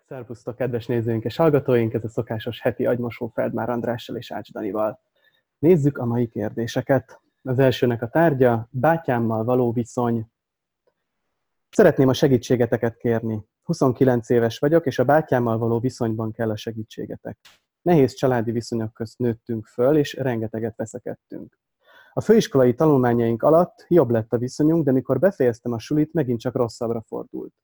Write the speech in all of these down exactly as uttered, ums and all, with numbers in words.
Szervusztok, kedves nézőink és hallgatóink! Ez a szokásos heti agymosó Feldmár Andrással és Ács Danival. Nézzük a mai kérdéseket. Az elsőnek a tárgya: bátyámmal való viszony. Szeretném a segítségeteket kérni. huszonkilenc éves vagyok, és a bátyámmal való viszonyban kell a segítségetek. Nehéz családi viszonyok közt nőttünk föl, és rengeteget veszekedtünk. A főiskolai tanulmányaink alatt jobb lett a viszonyunk, de mikor befejeztem a sulit, megint csak rosszabbra fordult.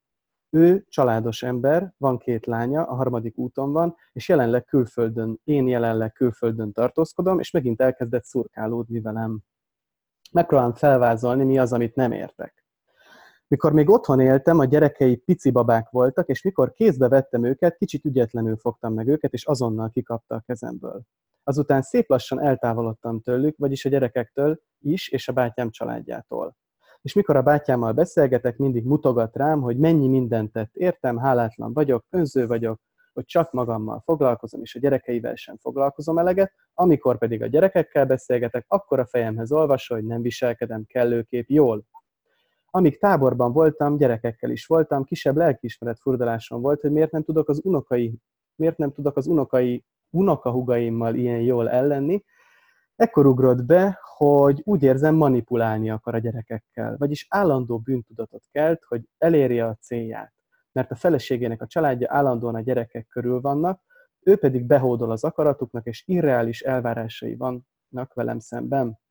Ő családos ember, van két lánya, a harmadik úton van, és jelenleg külföldön, én jelenleg külföldön tartózkodom, és megint elkezdett szurkálódni velem. Megpróbálom felvázolni, mi az, amit nem értek. Mikor még otthon éltem, a gyerekei pici babák voltak, és mikor kézbe vettem őket, kicsit ügyetlenül fogtam meg őket, és azonnal kikapta a kezemből. Azután szép lassan eltávolodtam tőlük, vagyis a gyerekektől is, és a bátyám családjától. És mikor a bátyámmal beszélgetek, mindig mutogat rám, hogy mennyi mindent tett értem, hálátlan vagyok, önző vagyok, hogy csak magammal foglalkozom, és a gyerekeivel sem foglalkozom eleget, amikor pedig a gyerekekkel beszélgetek, akkor a fejemhez olvasol, hogy nem viselkedem kellőképp jól. Amíg táborban voltam, gyerekekkel is voltam, kisebb lelkiismeret furdalásom volt, hogy miért nem tudok az unokai, miért nem tudok az unokai, unokahugaimmal ilyen jól ellenni. Ekkor ugrott be, hogy úgy érzem, manipulálni akar a gyerekekkel, vagyis állandó bűntudatot kelt, hogy elérje a célját. Mert a feleségének a családja állandóan a gyerekek körül vannak, ő pedig behódol az akaratuknak, és irreális elvárásai vannak velem szemben.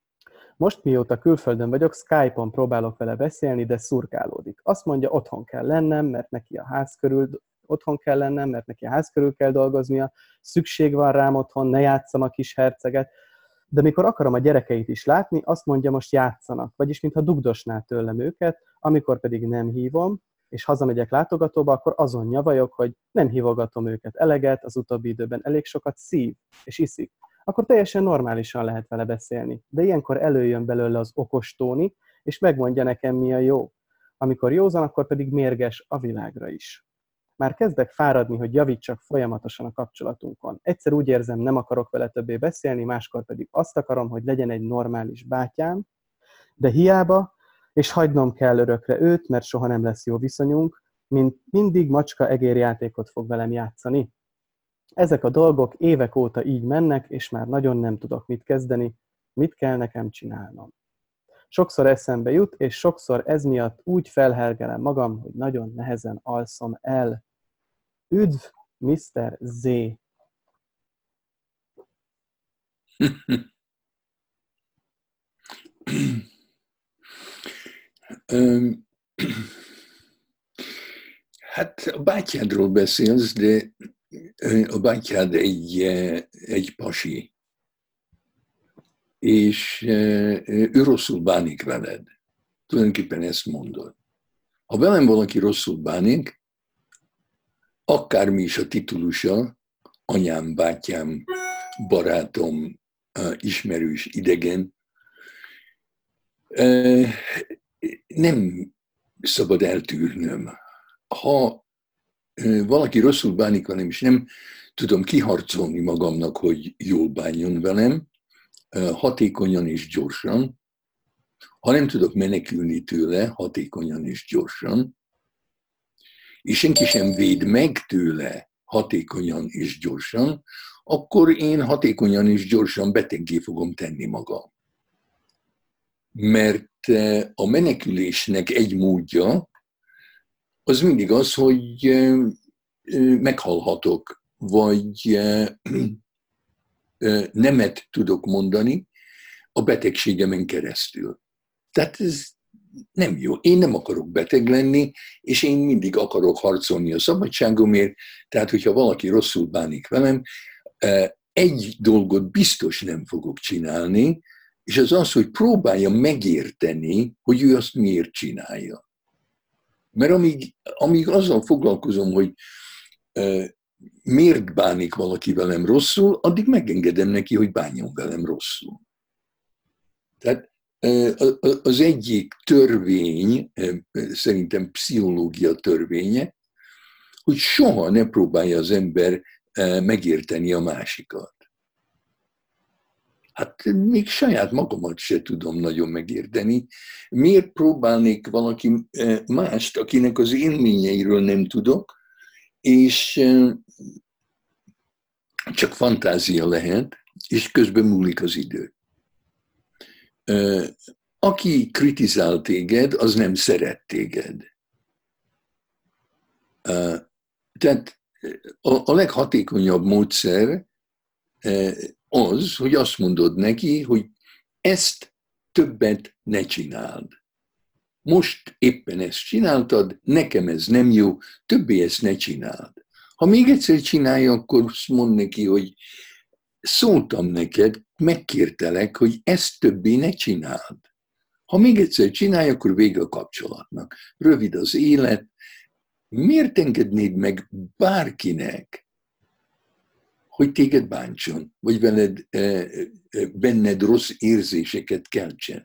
Most mióta külföldön vagyok, Skype-on próbálok vele beszélni, de szurkálódik. Azt mondja, otthon kell lennem, mert neki a ház körül, otthon kell lennem, mert neki a ház körül kell dolgoznia, szükség van rám otthon, ne játsszam a kis herceget. De mikor akarom a gyerekeit is látni, azt mondja, most játszanak, vagyis mintha dugdosná tőlem őket, amikor pedig nem hívom, és hazamegyek látogatóba, akkor azon nyavajok, hogy nem hívogatom őket eleget, az utóbbi időben elég sokat szív és iszik. Akkor teljesen normálisan lehet vele beszélni. De ilyenkor előjön belőle az okos Tóni, és megmondja nekem, mi a jó. Amikor józan, akkor pedig mérges a világra is. Már kezdek fáradni, hogy javítsak folyamatosan a kapcsolatunkon. Egyszer úgy érzem, nem akarok vele többé beszélni, máskor pedig azt akarom, hogy legyen egy normális bátyám, de hiába, és hagynom kell örökre őt, mert soha nem lesz jó viszonyunk, mint mindig macska-egér játékot fog velem játszani. Ezek a dolgok évek óta így mennek, és már nagyon nem tudok mit kezdeni, mit kell nekem csinálnom. Sokszor eszembe jut, és sokszor ez miatt úgy felhergelem magam, hogy nagyon nehezen alszom el. Üdv, miszter Z. Hát a bátyádról beszélsz, de a bátyád egy, egy pasi, és ő rosszul bánik veled. Tulajdonképpen ezt mondod. Ha velem valaki rosszul bánik, akármi is a titulusa, anyám, bátyám, barátom, ismerős, idegen, nem szabad eltűrnöm. Ha valaki rosszul bánik velem, és nem tudom kiharcolni magamnak, hogy jól bánjon velem, hatékonyan és gyorsan, ha nem tudok menekülni tőle hatékonyan és gyorsan, és senki sem véd meg tőle hatékonyan és gyorsan, akkor én hatékonyan és gyorsan beteggé fogom tenni magam. Mert a menekülésnek egy módja, az mindig az, hogy meghalhatok, vagy nemet tudok mondani a betegségemen keresztül. Tehát ez nem jó. Én nem akarok beteg lenni, és én mindig akarok harcolni a szabadságomért, tehát hogyha valaki rosszul bánik velem, egy dolgot biztos nem fogok csinálni, és az az, hogy próbálja megérteni, hogy ő azt miért csinálja. Mert amíg, amíg azzal foglalkozom, hogy uh, miért bánik valaki velem rosszul, addig megengedem neki, hogy bánjon velem rosszul. Tehát uh, az egyik törvény, uh, szerintem pszichológia törvénye, hogy soha ne próbálja az ember uh, megérteni a másikat. Hát még saját magamat se tudom nagyon megérteni. Miért próbálnék valaki mást, akinek az élményeiről nem tudok, és csak fantázia lehet, és közben múlik az idő. Aki kritizál téged, az nem szeret téged. Tehát a, a leghatékonyabb módszer az, hogy azt mondod neki, hogy ezt többet ne csináld. Most éppen ezt csináltad, nekem ez nem jó, többé ezt ne csináld. Ha még egyszer csinálja, akkor mondd neki, hogy szóltam neked, megkértelek, hogy ezt többé ne csináld. Ha még egyszer csinálja, akkor vége a kapcsolatnak. Rövid az élet. Miért engednéd meg bárkinek, hogy téged bántson, vagy veled, benned rossz érzéseket keltsen?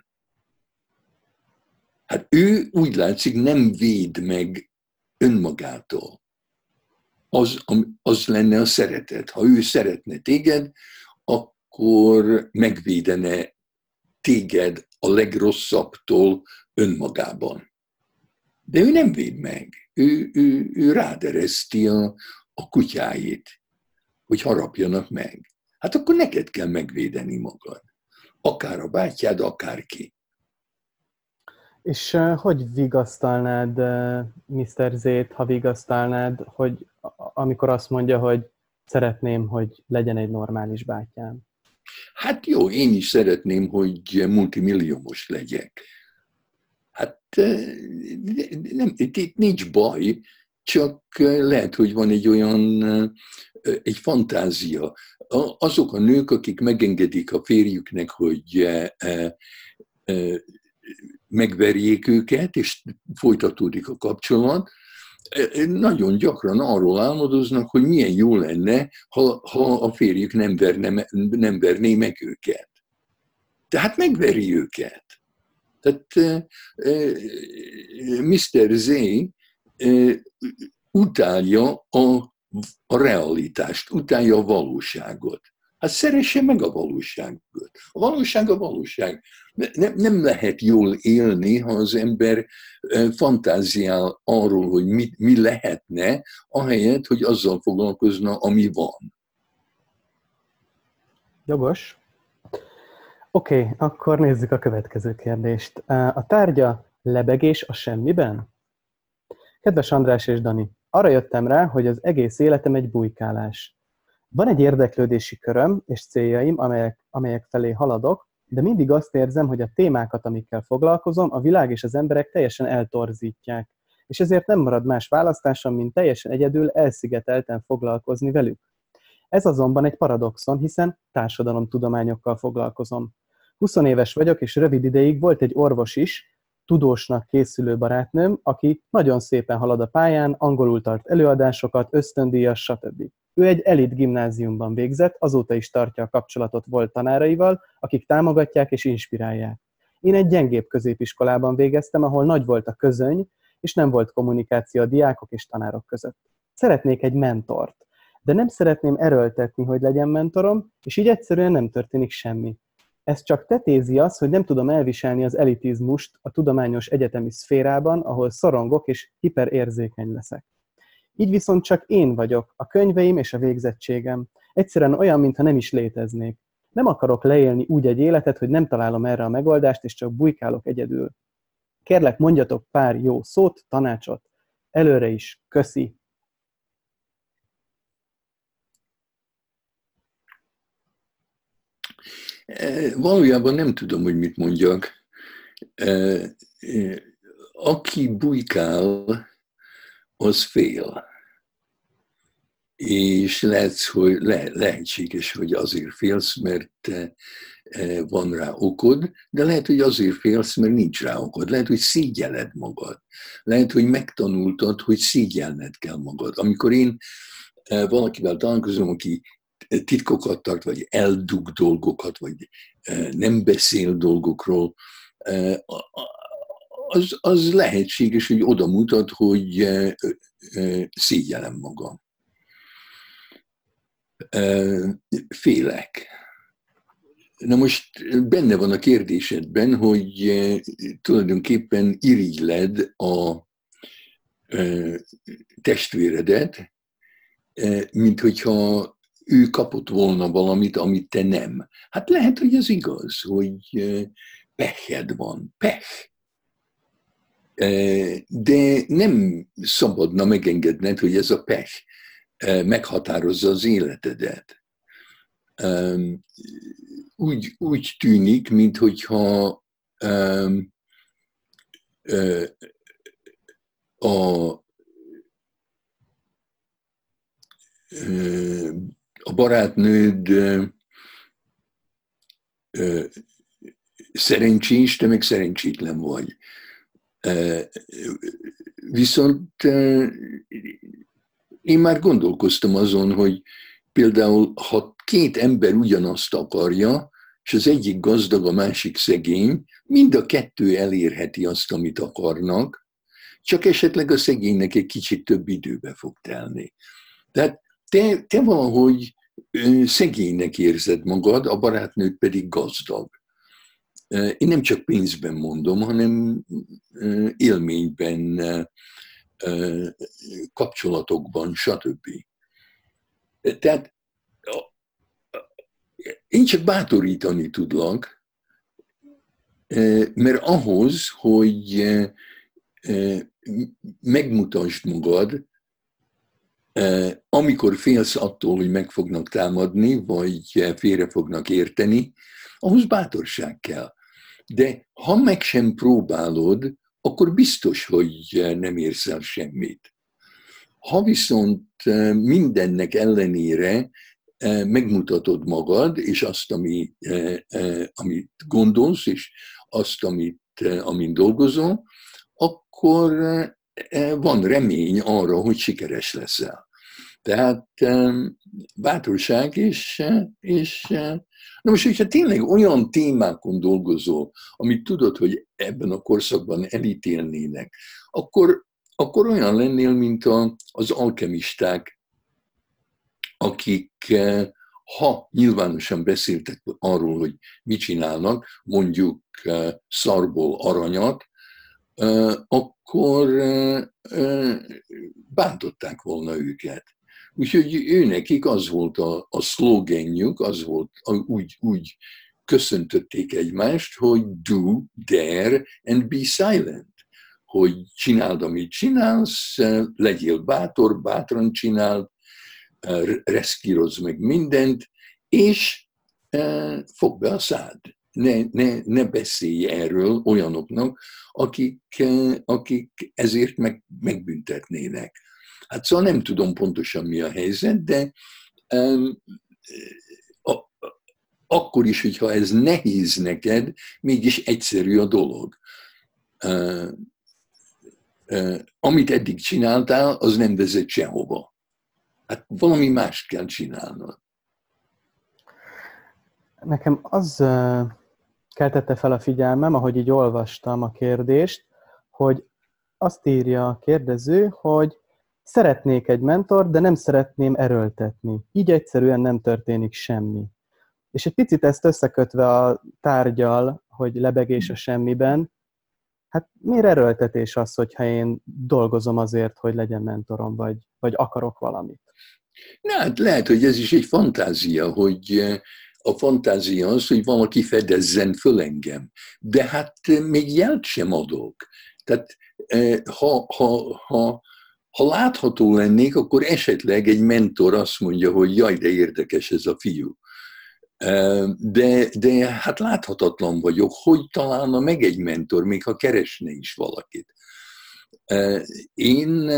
Hát ő úgy látszik nem véd meg önmagától. Az, az lenne a szeretet. Ha ő szeretne téged, akkor megvédene téged a legrosszabbtól önmagában. De ő nem véd meg. Ő, ő, ő rádereszti a, a kutyáit, hogy harapjanak meg. Hát akkor neked kell megvédeni magad. Akár a bátyád, akár ki. És uh, hogy vigasztalnád uh, miszter Z-t, ha vigasztalnád, hogy amikor azt mondja, hogy szeretném, hogy legyen egy normális bátyám? Hát jó, én is szeretném, hogy multimilliómos legyek. Hát nem, itt nincs baj, csak lehet, hogy van egy olyan, egy fantázia. Azok a nők, akik megengedik a férjüknek, hogy megverjék őket, és folytatódik a kapcsolat, nagyon gyakran arról álmodoznak, hogy milyen jó lenne, ha, ha a férjük nem, verne, nem verné meg őket. Tehát megveri őket. Tehát miszter Z utálja a, a realitást, utálja a valóságot. Hát szeresse meg a valóságot. A valóság a valóság. Nem, nem lehet jól élni, ha az ember fantáziál arról, hogy mi, mi lehetne, ahelyett, hogy azzal foglalkozna, ami van. Jogos. Oké, okay, akkor nézzük a következő kérdést. A tárgya lebegés a semmiben? Kedves András és Dani, arra jöttem rá, hogy az egész életem egy bujkálás. Van egy érdeklődési köröm és céljaim, amelyek, amelyek felé haladok, de mindig azt érzem, hogy a témákat, amikkel foglalkozom, a világ és az emberek teljesen eltorzítják, és ezért nem marad más választásom, mint teljesen egyedül elszigetelten foglalkozni velük. Ez azonban egy paradoxon, hiszen társadalomtudományokkal foglalkozom. húsz éves vagyok, és rövid ideig volt egy orvos is, tudósnak készülő barátnőm, aki nagyon szépen halad a pályán, angolul tart előadásokat, ösztöndíjas, stb. Ő egy elit gimnáziumban végzett, azóta is tartja a kapcsolatot volt tanáraival, akik támogatják és inspirálják. Én egy gyengébb középiskolában végeztem, ahol nagy volt a közöny, és nem volt kommunikáció a diákok és tanárok között. Szeretnék egy mentort, de nem szeretném erőltetni, hogy legyen mentorom, és így egyszerűen nem történik semmi. Ez csak tetézi az, hogy nem tudom elviselni az elitizmust a tudományos egyetemi szférában, ahol szorongok és hiperérzékeny leszek. Így viszont csak én vagyok, a könyveim és a végzettségem. Egyszerűen olyan, mintha nem is léteznék. Nem akarok leélni úgy egy életet, hogy nem találom erre a megoldást, és csak bujkálok egyedül. Kérlek, mondjatok pár jó szót, tanácsot. Előre is, köszi. Valójában nem tudom, hogy mit mondjak. Aki bujkál, az fél. És lehet, hogy le, lehetséges, hogy azért félsz, mert van rá okod, de lehet, hogy azért félsz, mert nincs rá okod. Lehet, hogy szégyelled magad. Lehet, hogy megtanultad, hogy szégyelned kell magad. Amikor én valakivel találkozom, aki titkokat tart, vagy eldug dolgokat, vagy nem beszél dolgokról, az, az lehetséges, hogy oda mutat, hogy szégyellem magam. Félek. Na most benne van a kérdésedben, hogy tulajdonképpen irigyled a testvéredet, mint hogyha ő kapott volna valamit, amit te nem. Hát lehet, hogy ez igaz, hogy peched van, pech. De nem szabadna megengedned, hogy ez a pech meghatározza az életedet. Úgy, úgy tűnik, minthogyha a, a barátnőd szerencsés, te meg szerencsétlen vagy. Viszont én már gondolkoztam azon, hogy például, ha két ember ugyanazt akarja, és az egyik gazdag, a másik szegény, mind a kettő elérheti azt, amit akarnak, csak esetleg a szegénynek egy kicsit több időbe fog telni. Tehát te, te valahogy szegénynek érzed magad, a barátnőd pedig gazdag. Én nem csak pénzben mondom, hanem élményben, kapcsolatokban, stb. Tehát én csak bátorítani tudlak, mert ahhoz, hogy megmutasd magad, amikor félsz attól, hogy meg fognak támadni, vagy félre fognak érteni, ahhoz bátorság kell. De ha meg sem próbálod, akkor biztos, hogy nem érsz el semmit. Ha viszont mindennek ellenére megmutatod magad, és azt, ami, amit gondolsz, és azt, amit, amin dolgozol, akkor van remény arra, hogy sikeres leszel. Tehát bátorság, és, és na most, hogyha tényleg olyan témákon dolgozol, amit tudod, hogy ebben a korszakban elítélnének, akkor, akkor olyan lennél, mint a, az alkemisták, akik, ha nyilvánosan beszéltek arról, hogy mit csinálnak, mondjuk szarból aranyat, akkor bántották volna őket. Úgyhogy őnekik az volt a, a szlogenjük, az volt, úgy, úgy köszöntötték egymást, hogy do, dare and be silent. Hogy csináld, amit csinálsz, legyél bátor, bátran csináld, reszkírozz meg mindent, és fogd be a szád. Ne, ne, ne beszélj erről olyanoknak, akik, akik ezért meg, megbüntetnének. Hát szóval nem tudom pontosan mi a helyzet, de um, a, a, akkor is, hogyha ez nehéz neked, mégis egyszerű a dolog. Uh, uh, amit eddig csináltál, az nem vezet sehova. Hát valami mást kell csinálnod. Nekem az uh, keltette fel a figyelmem, ahogy így olvastam a kérdést, hogy azt írja a kérdező, hogy szeretnék egy mentort, de nem szeretném erőltetni. Így egyszerűen nem történik semmi. És egy picit ezt összekötve a tárgyal, hogy lebegés a semmiben, hát miért erőltetés az, hogyha én dolgozom azért, hogy legyen mentorom, vagy, vagy akarok valamit? Na, hát lehet, hogy ez is egy fantázia, hogy a fantázia az, hogy valaki fedezzen föl engem. De hát még jelt sem adok. Tehát ha, ha, ha Ha látható lennék, akkor esetleg egy mentor azt mondja, hogy jaj, de érdekes ez a fiú. De, de hát láthatatlan vagyok, hogy találna meg egy mentor, még ha keresne is valakit. Én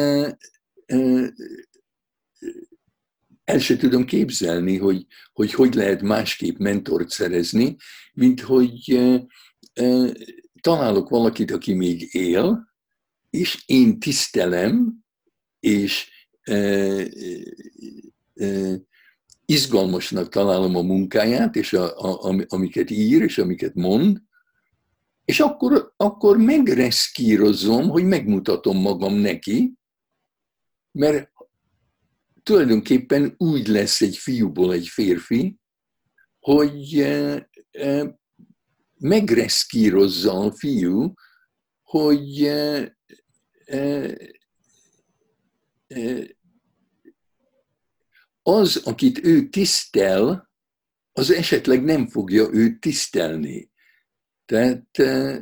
el sem tudom képzelni, hogy, hogy hogy lehet másképp mentort szerezni, mint hogy találok valakit, aki még él, és én tisztelem, és eh, eh, izgalmasnak találom a munkáját, és a, a, amiket ír, és amiket mond, és akkor, akkor megreszkírozom, hogy megmutatom magam neki, mert tulajdonképpen úgy lesz egy fiúból egy férfi, hogy eh, eh, megreszkírozza a fiú, hogy eh, eh, az, akit ő tisztel, az esetleg nem fogja őt tisztelni. Tehát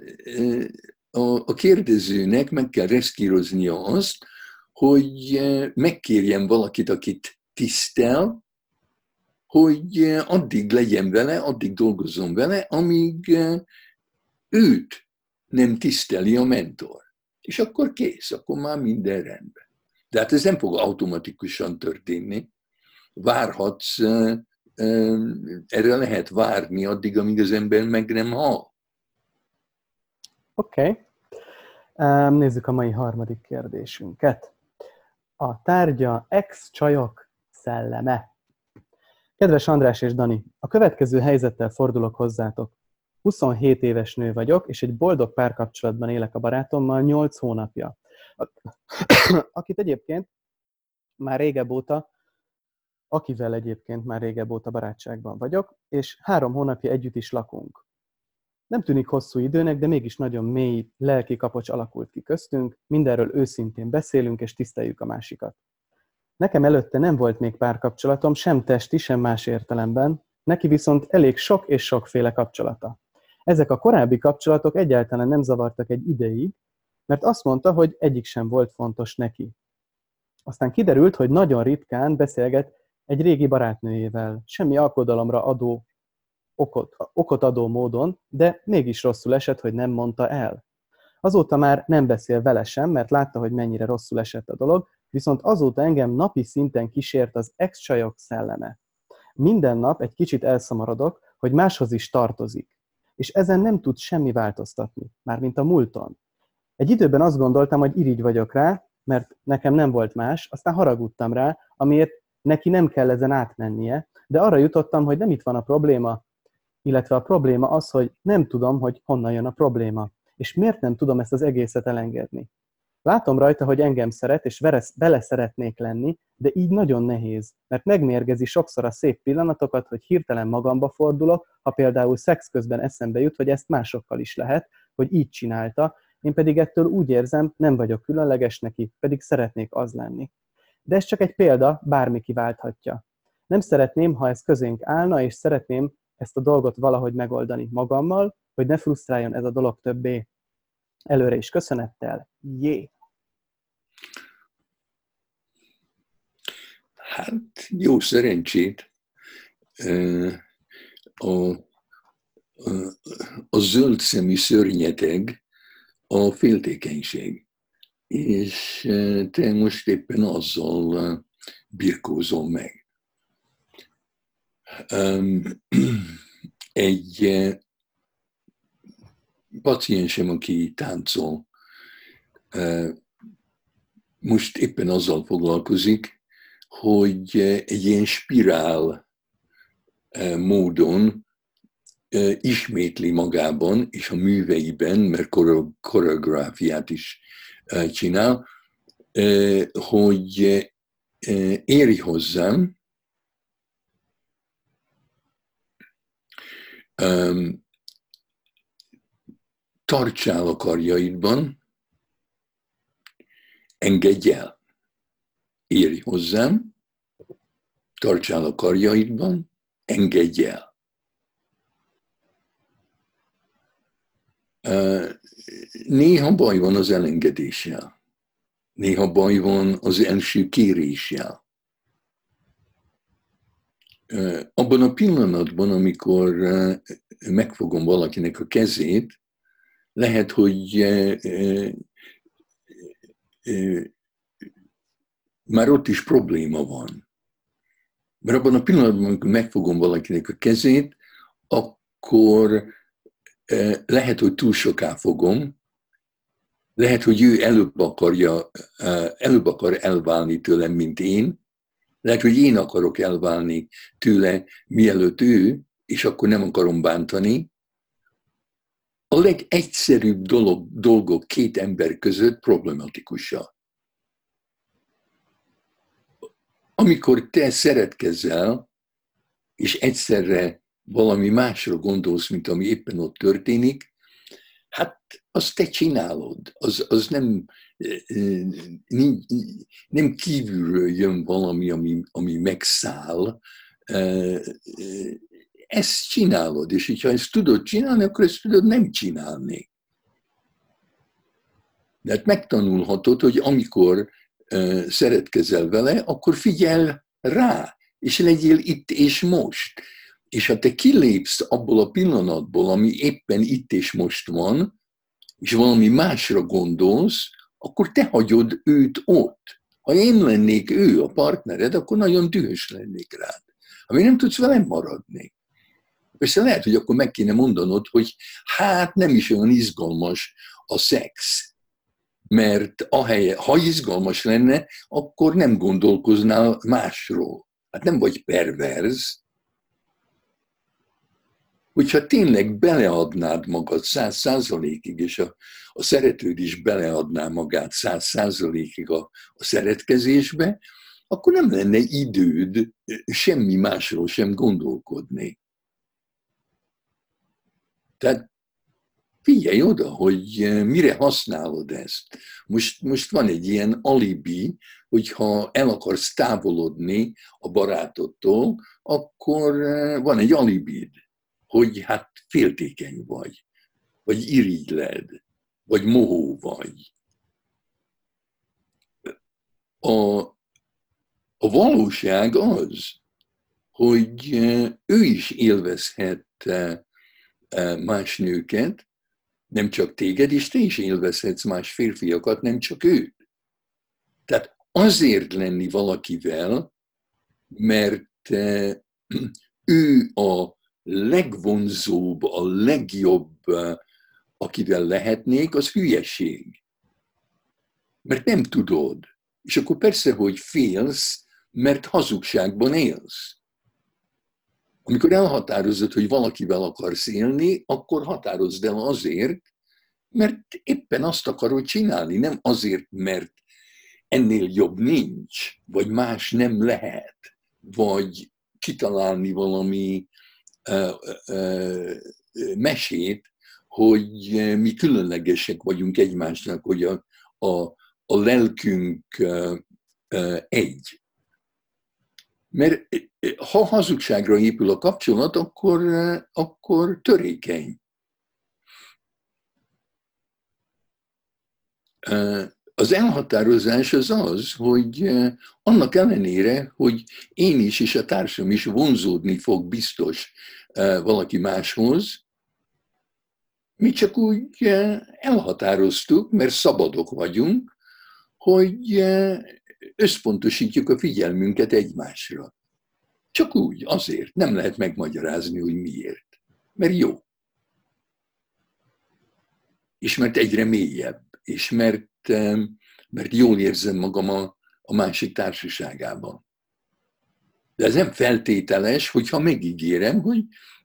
a kérdezőnek meg kell reszkíroznia azt, hogy megkérjen valakit, akit tisztel, hogy addig legyen vele, addig dolgozzon vele, amíg őt nem tiszteli a mentor. És akkor kész, akkor már minden rendben. De hát ez nem fog automatikusan történni. Várhatsz, erre lehet várni addig, amíg az ember meg nem hal. Oké. Okay. Nézzük a mai harmadik kérdésünket. A tárgya ex-csajok szelleme. Kedves András és Dani, a következő helyzettel fordulok hozzátok. huszonhét éves nő vagyok, és egy boldog párkapcsolatban élek a barátommal nyolc hónapja. Akit egyébként már régebb óta, akivel egyébként már régebb óta barátságban vagyok, és három hónapja együtt is lakunk. Nem tűnik hosszú időnek, de mégis nagyon mély lelki kapocs alakult ki köztünk, mindenről őszintén beszélünk és tiszteljük a másikat. Nekem előtte nem volt még párkapcsolatom, sem testi, sem más értelemben, neki viszont elég sok és sokféle kapcsolata. Ezek a korábbi kapcsolatok egyáltalán nem zavartak egy ideig, mert azt mondta, hogy egyik sem volt fontos neki. Aztán kiderült, hogy nagyon ritkán beszélget egy régi barátnőjével, semmi alkodalomra adó, okot, okot adó módon, de mégis rosszul esett, hogy nem mondta el. Azóta már nem beszél vele sem, mert látta, hogy mennyire rosszul esett a dolog, viszont azóta engem napi szinten kísért az ex-csajok szelleme. Minden nap egy kicsit elszamarodok, hogy máshoz is tartozik, és ezen nem tud semmi változtatni, mármint a múlton. Egy időben azt gondoltam, hogy irigy vagyok rá, mert nekem nem volt más, aztán haragudtam rá, amiért neki nem kell ezen átmennie, de arra jutottam, hogy nem itt van a probléma, illetve a probléma az, hogy nem tudom, hogy honnan jön a probléma, és miért nem tudom ezt az egészet elengedni. Látom rajta, hogy engem szeret, és vele szeretnék lenni, de így nagyon nehéz, mert megmérgezi sokszor a szép pillanatokat, hogy hirtelen magamba fordulok, ha például szex közben eszembe jut, hogy ezt másokkal is lehet, hogy így csinálta, én pedig ettől úgy érzem, nem vagyok különleges neki, pedig szeretnék az lenni. De ez csak egy példa, bármi kiválthatja. Nem szeretném, ha ez közénk állna, és szeretném ezt a dolgot valahogy megoldani magammal, hogy ne frusztráljon ez a dolog többé. Előre is köszönettel. Jé! Hát jó szerencsét. A, a, a zöld szemű szörnyeteg a féltékenység. És te most éppen azzal birkózol meg. Egy paciensem, aki táncol, most éppen azzal foglalkozik, hogy egy ilyen spirál módon ismétli magában és a műveiben, mert koreográfiát is csinál, hogy érj hozzám, tartsál a karjaidban, engedj el, érj hozzám, tartsál a karjaidban, engedj el. Néha baj van az elengedéssel, néha baj van az első kéréssel. Abban a pillanatban, amikor megfogom valakinek a kezét, lehet, hogy már ott is probléma van. Mert abban a pillanatban, amikor megfogom valakinek a kezét, akkor lehet, hogy túl soká fogom, lehet, hogy ő előbb akarja, előbb akar elválni tőlem, mint én, lehet, hogy én akarok elválni tőle, mielőtt ő, és akkor nem akarom bántani. A legegyszerűbb dolog, dolgok két ember között problematikusak. Amikor te szeretkezel, és egyszerre valami másra gondolsz, mint ami éppen ott történik, hát azt te csinálod, az, az nem, nem kívülről jön valami, ami, ami megszáll, ezt csinálod, és ha ezt tudod csinálni, akkor ezt tudod nem csinálni. De hát megtanulhatod, hogy amikor szeretkezel vele, akkor figyelj rá, és legyél itt és most. És ha te kilépsz abból a pillanatból, ami éppen itt és most van, és valami másra gondolsz, akkor te hagyod őt ott. Ha én lennék ő, a partnered, akkor nagyon dühös lennék rád. Ami nem tudsz velem maradni. Persze lehet, hogy akkor meg kéne mondanod, hogy hát nem is olyan izgalmas a szex. Mert ahelye, ha izgalmas lenne, akkor nem gondolkoznál másról. Hát nem vagy perverz. Hogyha tényleg beleadnád magad száz százalékig, és a, a szeretőd is beleadná magát száz százalékig a, a szeretkezésbe, akkor nem lenne időd semmi másról sem gondolkodni. Tehát figyelj oda, hogy mire használod ezt. Most, most van egy ilyen alibi, hogyha el akarsz távolodni a barátodtól, akkor van egy alibid, hogy hát féltékeny vagy, vagy irigyled, vagy mohó vagy. A, a valóság az, hogy ő is élvezhet más nőket, nem csak téged, és te is élvezhetsz más férfiakat, nem csak őt. Tehát azért lenni valakivel, mert ő a legvonzóbb, a legjobb, akivel lehetnék, az hülyeség. Mert nem tudod. És akkor persze, hogy félsz, mert hazugságban élsz. Amikor elhatározod, hogy valakivel akarsz élni, akkor határozd el azért, mert éppen azt akarod csinálni, nem azért, mert ennél jobb nincs, vagy más nem lehet, vagy kitalálni valami uh, uh, mesét, hogy mi különlegesek vagyunk egymásnak, hogy a, a, a lelkünk uh, uh, egy. Mert ha hazugságra épül a kapcsolat, akkor, akkor törékeny. Az elhatározás az az, hogy annak ellenére, hogy én is és a társam is vonzódni fog biztos valaki máshoz, mi csak úgy elhatároztuk, mert szabadok vagyunk, hogy összpontosítjuk a figyelmünket egymásra. Csak úgy, azért. Nem lehet megmagyarázni, hogy miért. Mert jó. És mert egyre mélyebb. És mert, mert jól érzem magam a, a másik társaságában. De ez nem feltételes, hogyha megígérem, hogy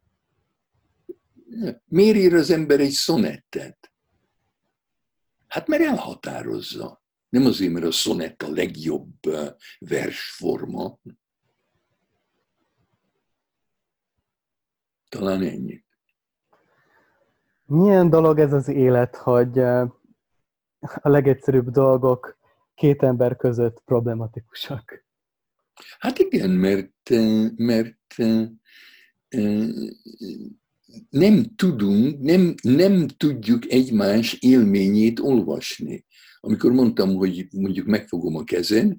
miért ír az ember egy szonettet? Hát mert elhatározza. Nem azért, mert a szonett a legjobb versforma. Talán ennyi. Milyen dolog ez az élet, hogy a legegyszerűbb dolgok két ember között problematikusak? Hát igen, mert, mert nem tudunk, nem, nem tudjuk egymás élményét olvasni. Amikor mondtam, hogy mondjuk megfogom a kezed,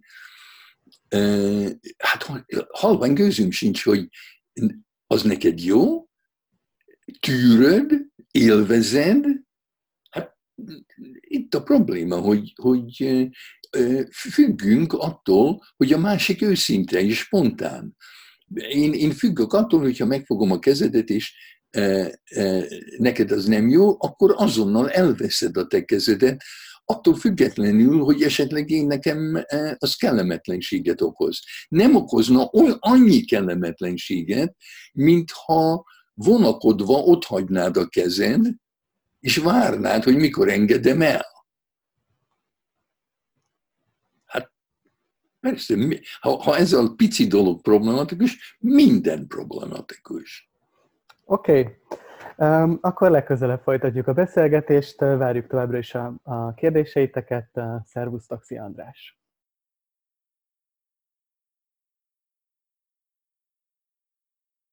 hát halvány gőzünk sincs, hogy az neked jó, tűröd, élvezed. Hát itt a probléma, hogy, hogy függünk attól, hogy a másik őszinte és spontán. Én, én függök attól, hogyha megfogom a kezedet, és e, e, neked az nem jó, akkor azonnal elveszed a te kezedet, attól függetlenül, hogy esetleg én nekem az kellemetlenséget okoz. Nem okozna olyan annyi kellemetlenséget, mintha vonakodva otthagynád a kezed, és várnád, hogy mikor engedem el. Hát persze, ha, ha ez a pici dolog problematikus, minden problematikus. Oké. Okay. Akkor legközelebb folytatjuk a beszélgetést, várjuk továbbra is a, a kérdéseiteket. Szervusztok, szia András!